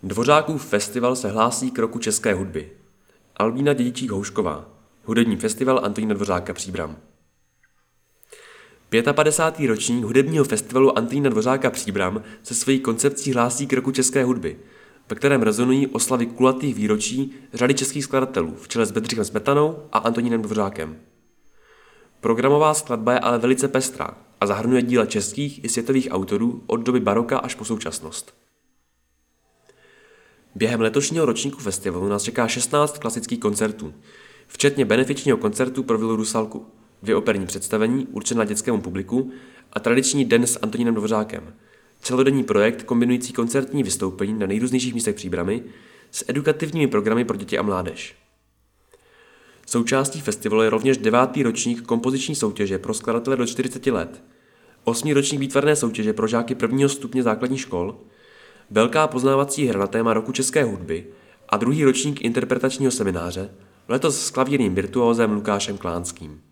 Dvořákův festival se hlásí k roku české hudby. Albína Dědičík-Houšková, hudební festival Antonína Dvořáka Příbram. 55. ročník hudebního festivalu Antonína Dvořáka Příbram se svojí koncepcí hlásí k roku české hudby, ve kterém rezonují oslavy kulatých výročí řady českých skladatelů v čele s Bedřichem Smetanou a Antonínem Dvořákem. Programová skladba je ale velice pestrá a zahrnuje díla českých i světových autorů od doby baroka až po současnost. Během letošního ročníku festivalu nás čeká 16 klasických koncertů, včetně benefičního koncertu pro vilu Rusalku, 2 operní představení určená dětskému publiku a tradiční den s Antonínem Dvořákem, celodenní projekt kombinující koncertní vystoupení na nejrůznějších místech Příbrami s edukativními programy pro děti a mládež. Součástí festivalu je rovněž 9. ročník kompoziční soutěže pro skladatele do 40 let, 8. ročník výtvarné soutěže pro žáky 1. stupně základních škol, velká poznávací hra na téma roku české hudby a 2. ročník interpretačního semináře, letos s klavírním virtuózem Lukášem Klánským.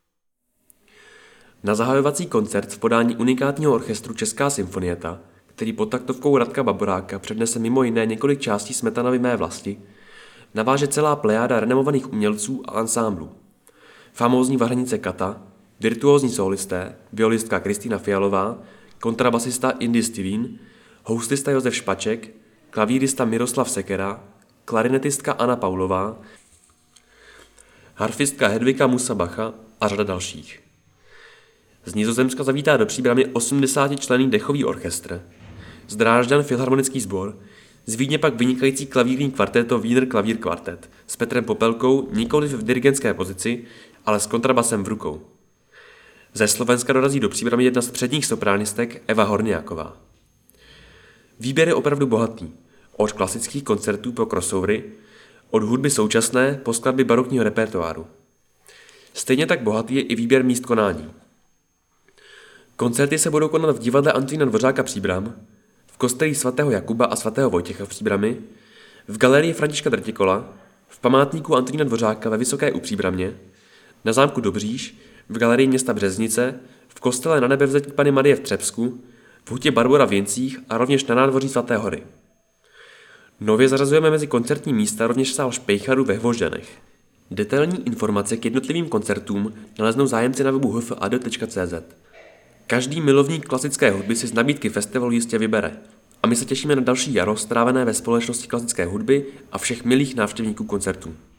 Na zahajovací koncert v podání unikátního orchestru Česká symfonieta, který pod taktovkou Radka Baboráka přednese mimo jiné několik částí Smetanovi Mé vlasti, naváže celá plejáda renomovaných umělců a ansámblů. Famózní Vahranice Kata, virtuózní solisté, violistka Kristýna Fialová, kontrabasista Indy Stivín, houslista Josef Špaček, klavírista Miroslav Sekera, klarinetistka Anna Paulová, harfistka Hedvika Musabacha a řada dalších. Z Nizozemska zavítá do Příbramy 80členný dechový orchestr, z Drážďan filharmonický sbor, z Vídně pak vynikající klavírní kvarteto Wiener Klavír Kvartet s Petrem Popelkou nikoliv v dirigentské pozici, ale s kontrabasem v rukou. Ze Slovenska dorazí do Příbramy jedna z předních sopránistek Eva Horniáková. Výběr je opravdu bohatý, od klasických koncertů po crossovery, od hudby současné po skladby barokního repertoáru. Stejně tak bohatý je i výběr míst konání. Koncerty se budou konat v divadle Antonína Dvořáka Příbram, v kostelích svatého Jakuba a svatého Vojtěcha v Příbrami, v galerii Františka Drtikola, v památníku Antonína Dvořáka ve Vysoké u Příbramě, na zámku Dobříš, v galerii města Březnice, v kostele Nanebevzetí Panny Marie v Třebsku, v hutě Barbora v Jincích a rovněž na nádvoří svaté Hory. Nově zařazujeme mezi koncertní místa rovněž sál Špejcharu ve Hvožďanech. Detailní informace k jednotlivým koncertům naleznou zájemci na webu hfad.cz. Každý milovník klasické hudby si z nabídky festivalu jistě vybere. A my se těšíme na další jaro strávené ve společnosti klasické hudby a všech milých návštěvníků koncertů.